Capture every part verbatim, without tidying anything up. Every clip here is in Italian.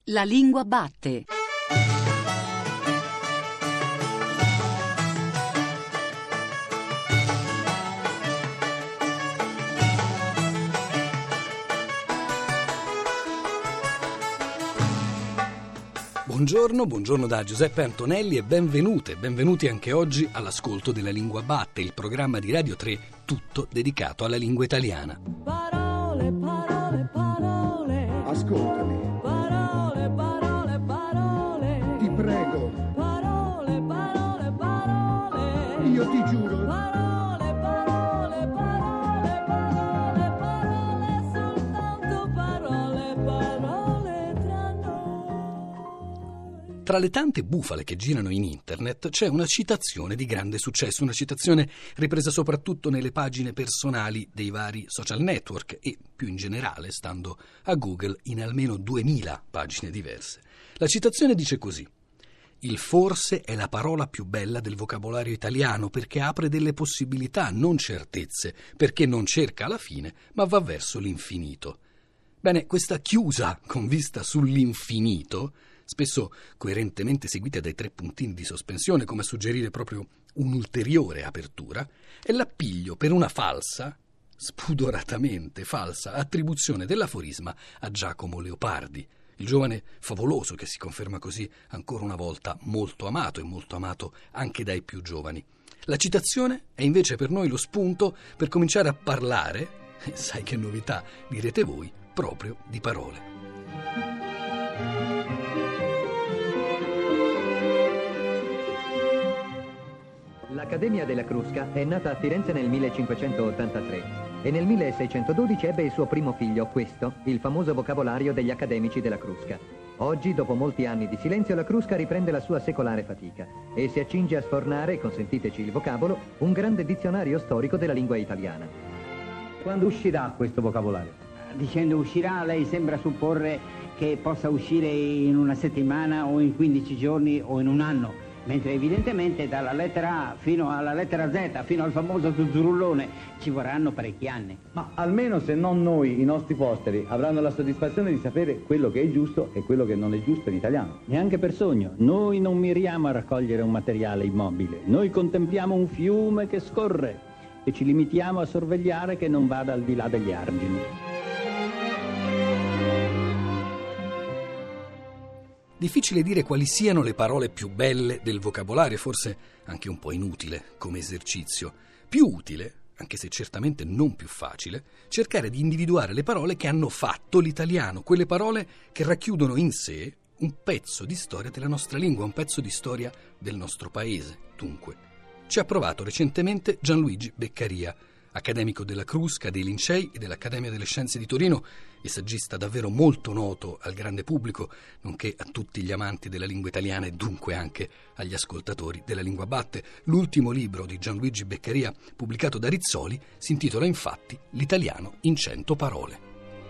La lingua batte. Buongiorno, buongiorno da Giuseppe Antonelli e benvenute, benvenuti anche oggi all'ascolto della Lingua Batte, il programma di Radio tre tutto dedicato alla lingua italiana. Parole, parole, parole. Ascoltami. Parole, parole, parole. Ti prego. Parole, parole, parole. Io ti giuro. Parole, parole, parole, parole, parole, soltanto parole, parole tra noi. Tra le tante bufale che girano in internet c'è una citazione di grande successo, una citazione ripresa soprattutto nelle pagine personali dei vari social network e più in generale, stando a Google, in almeno duemila pagine diverse. La citazione dice così: il forse è la parola più bella del vocabolario italiano perché apre delle possibilità, non certezze, perché non cerca la fine, ma va verso l'infinito. Bene, questa chiusa con vista sull'infinito, spesso coerentemente seguita dai tre puntini di sospensione, come a suggerire proprio un'ulteriore apertura, è l'appiglio per una falsa, spudoratamente falsa, attribuzione dell'aforisma a Giacomo Leopardi, il giovane favoloso che si conferma così ancora una volta molto amato e molto amato anche dai più giovani. La citazione è invece per noi lo spunto per cominciare a parlare, e sai che novità, direte voi, proprio di parole. L'Accademia della Crusca è nata a Firenze nel millecinquecentottantatré e nel milleseicentododici ebbe il suo primo figlio, questo, il famoso vocabolario degli accademici della Crusca. Oggi, dopo molti anni di silenzio, la Crusca riprende la sua secolare fatica e si accinge a sfornare, consentiteci il vocabolo, un grande dizionario storico della lingua italiana. Quando uscirà questo vocabolario? Dicendo uscirà, lei sembra supporre che possa uscire in una settimana o in quindici giorni o in un anno, mentre evidentemente dalla lettera A fino alla lettera Z, fino al famoso zuzzurullone, ci vorranno parecchi anni. Ma almeno se non noi, i nostri posteri, avranno la soddisfazione di sapere quello che è giusto e quello che non è giusto in italiano. Neanche per sogno. Noi non miriamo a raccogliere un materiale immobile. Noi contempliamo un fiume che scorre e ci limitiamo a sorvegliare che non vada al di là degli argini. Difficile dire quali siano le parole più belle del vocabolario, forse anche un po' inutile come esercizio. Più utile, anche se certamente non più facile, cercare di individuare le parole che hanno fatto l'italiano, quelle parole che racchiudono in sé un pezzo di storia della nostra lingua, un pezzo di storia del nostro paese, dunque. Ci ha provato recentemente Gianluigi Beccaria, accademico della Crusca, dei Lincei e dell'Accademia delle Scienze di Torino e saggista davvero molto noto al grande pubblico, nonché a tutti gli amanti della lingua italiana e dunque anche agli ascoltatori della Lingua Batte. L'ultimo libro di Gianluigi Beccaria, pubblicato da Rizzoli, si intitola infatti L'italiano in cento parole.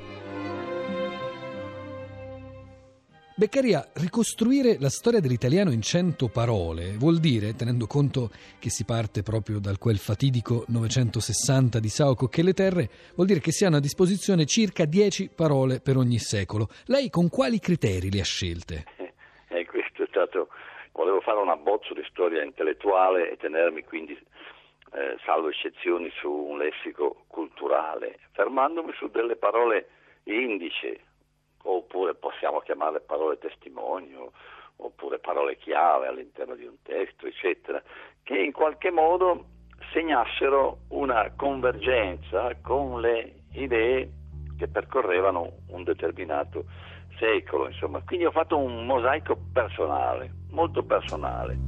Beccaria, ricostruire la storia dell'italiano in cento parole vuol dire, tenendo conto che si parte proprio dal quel fatidico novecentosessanta di Sao Cocchelleterre, vuol dire che si hanno a disposizione circa dieci parole per ogni secolo. Lei con quali criteri le ha scelte? Eh, questo è stato... Volevo fare un abbozzo di storia intellettuale e tenermi quindi, eh, salvo eccezioni, su un lessico culturale, fermandomi su delle parole indice, oppure possiamo chiamarle parole testimonio, oppure parole chiave all'interno di un testo, eccetera, che in qualche modo segnassero una convergenza con le idee che percorrevano un determinato secolo, insomma. Quindi ho fatto un mosaico personale, molto personale.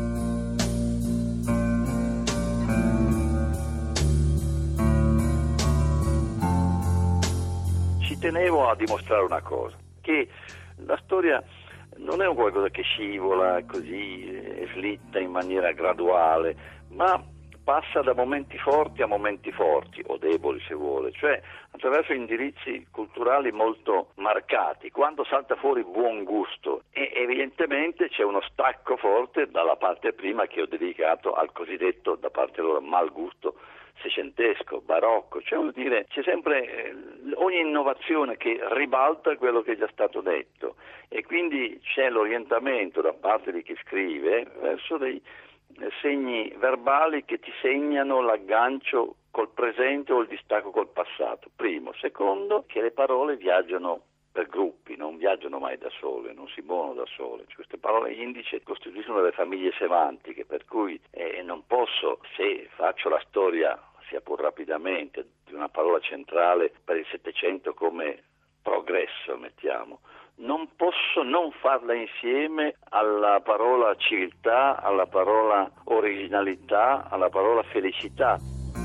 Tenevo a dimostrare una cosa, che la storia non è un qualcosa che scivola così e slitta in maniera graduale, ma passa da momenti forti a momenti forti, o deboli se vuole, cioè attraverso indirizzi culturali molto marcati. Quando salta fuori buon gusto, e evidentemente c'è uno stacco forte dalla parte prima che ho dedicato al cosiddetto, da parte loro, mal gusto seicentesco, barocco, cioè vuol dire c'è sempre eh, ogni innovazione che ribalta quello che è già stato detto, e quindi c'è l'orientamento da parte di chi scrive verso dei eh, segni verbali che ti segnano l'aggancio col presente o il distacco col passato. Primo. Secondo, che le parole viaggiano per gruppi, non viaggiano mai da sole, non si muovono da sole. Cioè, queste parole indice costituiscono delle famiglie semantiche, per cui eh, non posso, se faccio la storia, sia pur rapidamente, di una parola centrale per il Settecento come progresso, mettiamo, non posso non farla insieme alla parola civiltà, alla parola originalità, alla parola felicità.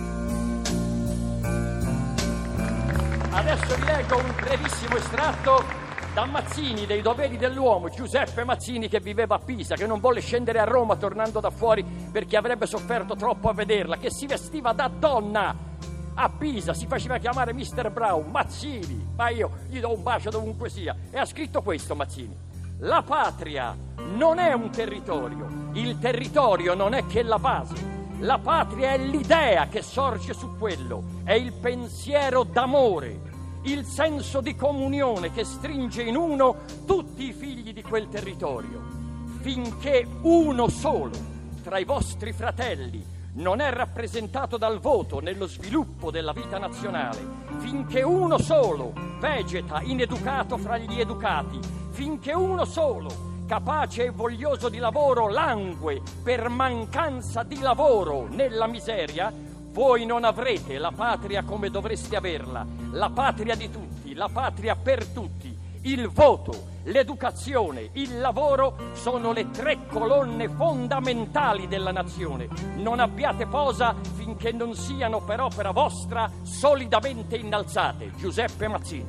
Adesso vi leggo un brevissimo estratto da Mazzini, dei doveri dell'uomo, Giuseppe Mazzini, che viveva a Pisa, che non volle scendere a Roma tornando da fuori perché avrebbe sofferto troppo a vederla, che si vestiva da donna a Pisa, si faceva chiamare mister Brown, Mazzini, ma io gli do un bacio dovunque sia, e ha scritto questo Mazzini: la patria non è un territorio, il territorio non è che la base. La patria è l'idea che sorge su quello, è il pensiero d'amore, il senso di comunione che stringe in uno tutti i figli di quel territorio. Finché uno solo tra i vostri fratelli non è rappresentato dal voto nello sviluppo della vita nazionale, finché uno solo vegeta ineducato fra gli educati, finché uno solo capace e voglioso di lavoro langue per mancanza di lavoro nella miseria, voi non avrete la patria come dovreste averla, la patria di tutti, la patria per tutti. Il voto, l'educazione, il lavoro sono le tre colonne fondamentali della nazione. Non abbiate posa finché non siano per opera vostra solidamente innalzate. Giuseppe Mazzini.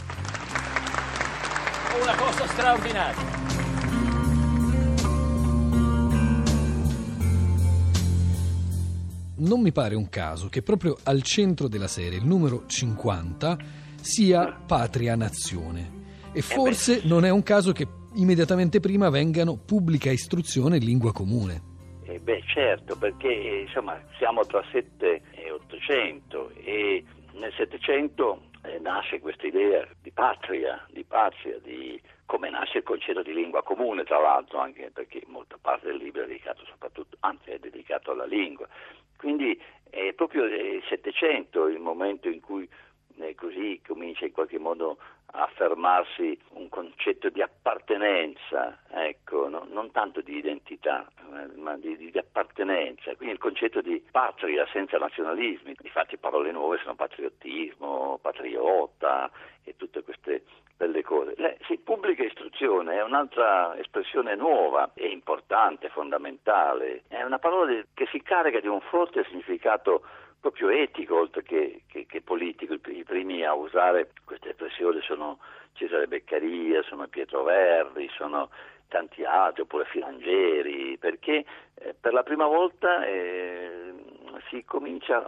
Una cosa straordinaria. Non mi pare un caso che proprio al centro della serie, il numero cinquanta, sia Patria Nazione. E forse non è un caso che immediatamente prima vengano pubblica istruzione in lingua comune. Eh beh, certo, perché insomma siamo tra sette e ottocento, e nel Settecento eh, nasce questa idea di patria, di patria, di come nasce il concetto di lingua comune, tra l'altro, anche perché molta parte del libro è dedicato soprattutto, anzi è dedicato alla lingua. Quindi è proprio il Settecento il momento in cui eh, così comincia in qualche modo a affermarsi un concetto di appartenenza, ecco, no? Non tanto di identità, ma di, di appartenenza. Quindi il concetto di patria senza nazionalismi. Infatti parole nuove sono patriottismo, patriota e tutte queste belle cose. Le, sì, pubblica istruzione è un'altra espressione nuova e importante, fondamentale. È una parola che si carica di un forte significato proprio etico oltre che, che, che politico. I primi a usare questa espressione sono Cesare Beccaria, sono Pietro Verri, sono tanti altri, oppure Filangieri, perché eh, per la prima volta eh, si comincia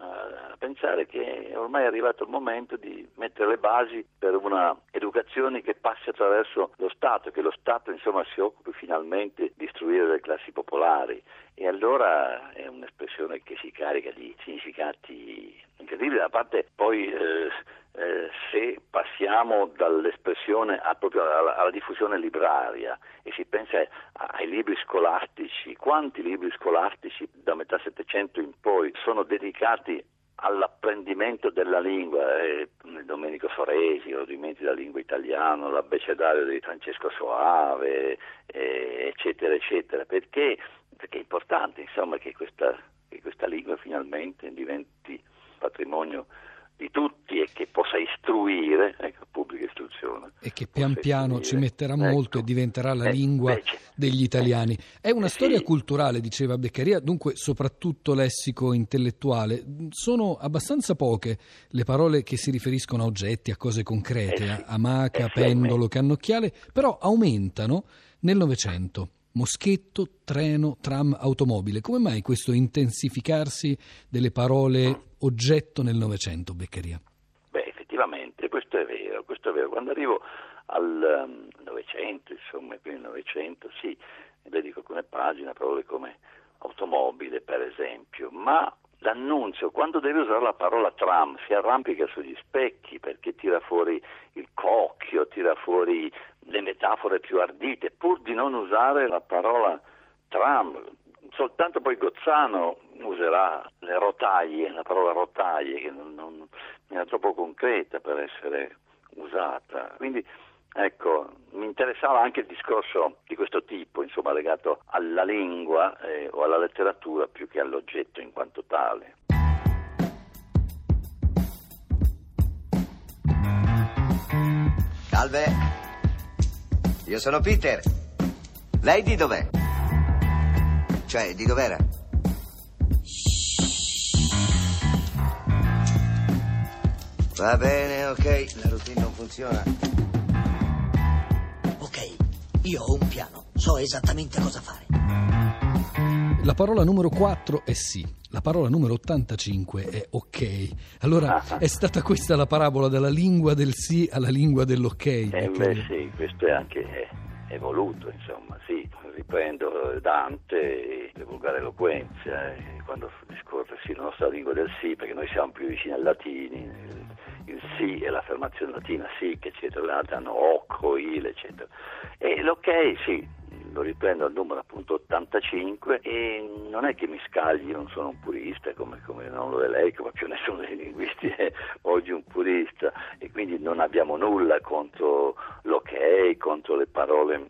a pensare che ormai è arrivato il momento di mettere le basi per una educazione che passi attraverso lo Stato, che lo Stato insomma si occupi finalmente di istruire le classi popolari. E allora è un'espressione che si carica di significati incredibili. Da parte poi eh, eh, se passiamo dall'espressione a proprio alla, alla diffusione libraria e si pensa ai libri scolastici, quanti libri scolastici da metà Settecento in poi sono dedicati all'apprendimento della lingua, eh, Domenico Soresi, i rudimenti della lingua italiana, l'abbecedario di Francesco Soave, eh, eccetera, eccetera, perché, perché è importante insomma che questa, che questa lingua finalmente diventi patrimonio di tutti e che possa istruire, ecco, pubblica istruzione. E che pian piano ci metterà molto, ecco, e diventerà la eh, lingua beh, degli italiani. È una eh, storia sì. culturale, diceva Beccaria, dunque soprattutto lessico intellettuale. Sono abbastanza poche le parole che si riferiscono a oggetti, a cose concrete, eh, sì. a amaca, eh, pendolo, cannocchiale, però aumentano nel Novecento. moschetto, treno, tram, automobile. Come mai questo intensificarsi delle parole oggetto nel Novecento, Beccaria? Beh, effettivamente, questo è vero, questo è vero. Quando arrivo al um, Novecento, insomma, qui nel Novecento, sì, dedico alcune pagine, parole come automobile, per esempio, ma l'annunzio, quando deve usare la parola tram, si arrampica sugli specchi perché tira fuori il cocchio, tira fuori le metafore più ardite, pur di non usare la parola tram. Soltanto poi Gozzano userà le rotaie, la parola rotaie, che non, non era troppo concreta per essere usata. Quindi, ecco, mi interessava anche il discorso di questo tipo, insomma, legato alla lingua eh, o alla letteratura più che all'oggetto in quanto tale. Salve, io sono Peter. Lei di dov'è? Cioè, di dov'era? Va bene, ok, la routine non funziona. Ok, io ho un piano, so esattamente cosa fare. La parola numero quattro è sì, la parola numero ottantacinque è ok. Allora è stata questa la parabola dalla lingua del sì alla lingua dell'ok. Eh beh sì, questo è anche è, è voluto, insomma, sì. Riprendo Dante, le volgare eloquenza, eh, quando discorre sì la nostra lingua del sì, perché noi siamo più vicini al latini, il, il sì è l'affermazione latina, sic, eccetera, le altre hanno hoc, il, eccetera. E l'ok, sì, lo riprendo al numero appunto ottantacinque e non è che mi scagli, non sono un purista come, come non lo è lei, come più nessuno dei linguisti è oggi un purista, e quindi non abbiamo nulla contro l'ok, contro le parole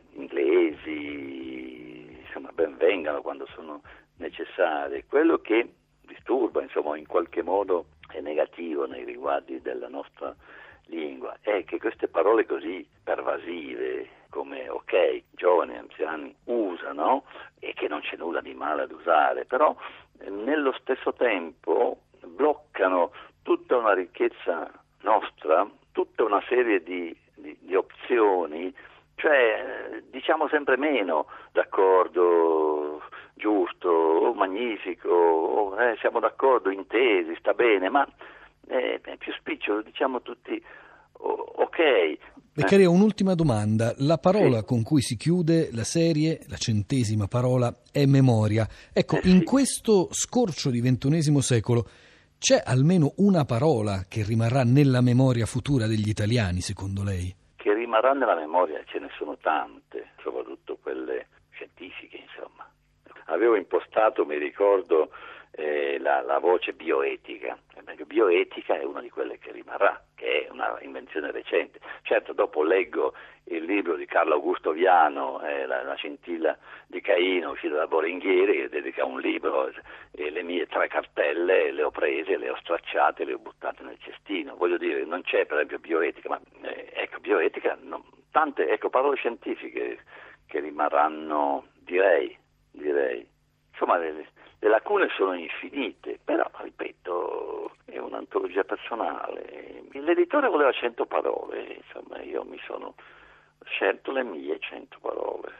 inglesi, insomma ben vengano quando sono necessarie. Quello che disturba, insomma, in qualche modo è negativo nei riguardi della nostra lingua è che queste parole così pervasive come ok, giovani, anziani usano, e che non c'è nulla di male ad usare, però eh, nello stesso tempo bloccano tutta una ricchezza nostra, tutta una serie di, di, di opzioni, cioè eh, diciamo sempre meno, d'accordo, giusto, oh, magnifico, oh, eh, siamo d'accordo, intesi, sta bene, ma eh, è più spicciolo, diciamo tutti oh, ok. Beccaria, un'ultima domanda. La parola sì. con cui si chiude la serie, la centesima parola, è memoria. Ecco, Eh, in sì. questo scorcio di ventunesimo secolo c'è almeno una parola che rimarrà nella memoria futura degli italiani, secondo lei? Che rimarrà nella memoria, ce ne sono tante, soprattutto quelle scientifiche, insomma. Avevo impostato, mi ricordo, eh, la, la voce bioetica. Bioetica è una di quelle che rimarrà, che è una invenzione recente. Certo, dopo leggo il libro di Carlo Augusto Viano, eh, la, la scintilla di Caino, uscito da Boringhieri, che dedica un libro, e le mie tre cartelle le ho prese, le ho stracciate, le ho buttate nel cestino. Voglio dire, non c'è per esempio bioetica, ma eh, ecco, bioetica, no, tante ecco, parole scientifiche che rimarranno, direi, direi. Insomma, le, le lacune sono infinite, però, ripeto, è un'antologia personale. L'editore voleva cento parole, insomma, io mi sono scelto le mie cento parole.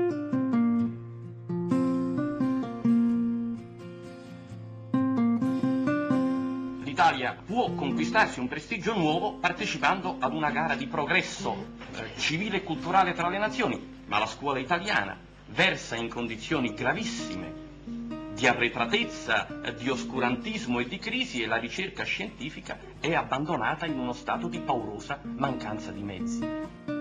L'Italia può conquistarsi un prestigio nuovo partecipando ad una gara di progresso eh, civile e culturale tra le nazioni, ma la scuola italiana versa in condizioni gravissime di arretratezza, di oscurantismo e di crisi, e la ricerca scientifica è abbandonata in uno stato di paurosa mancanza di mezzi.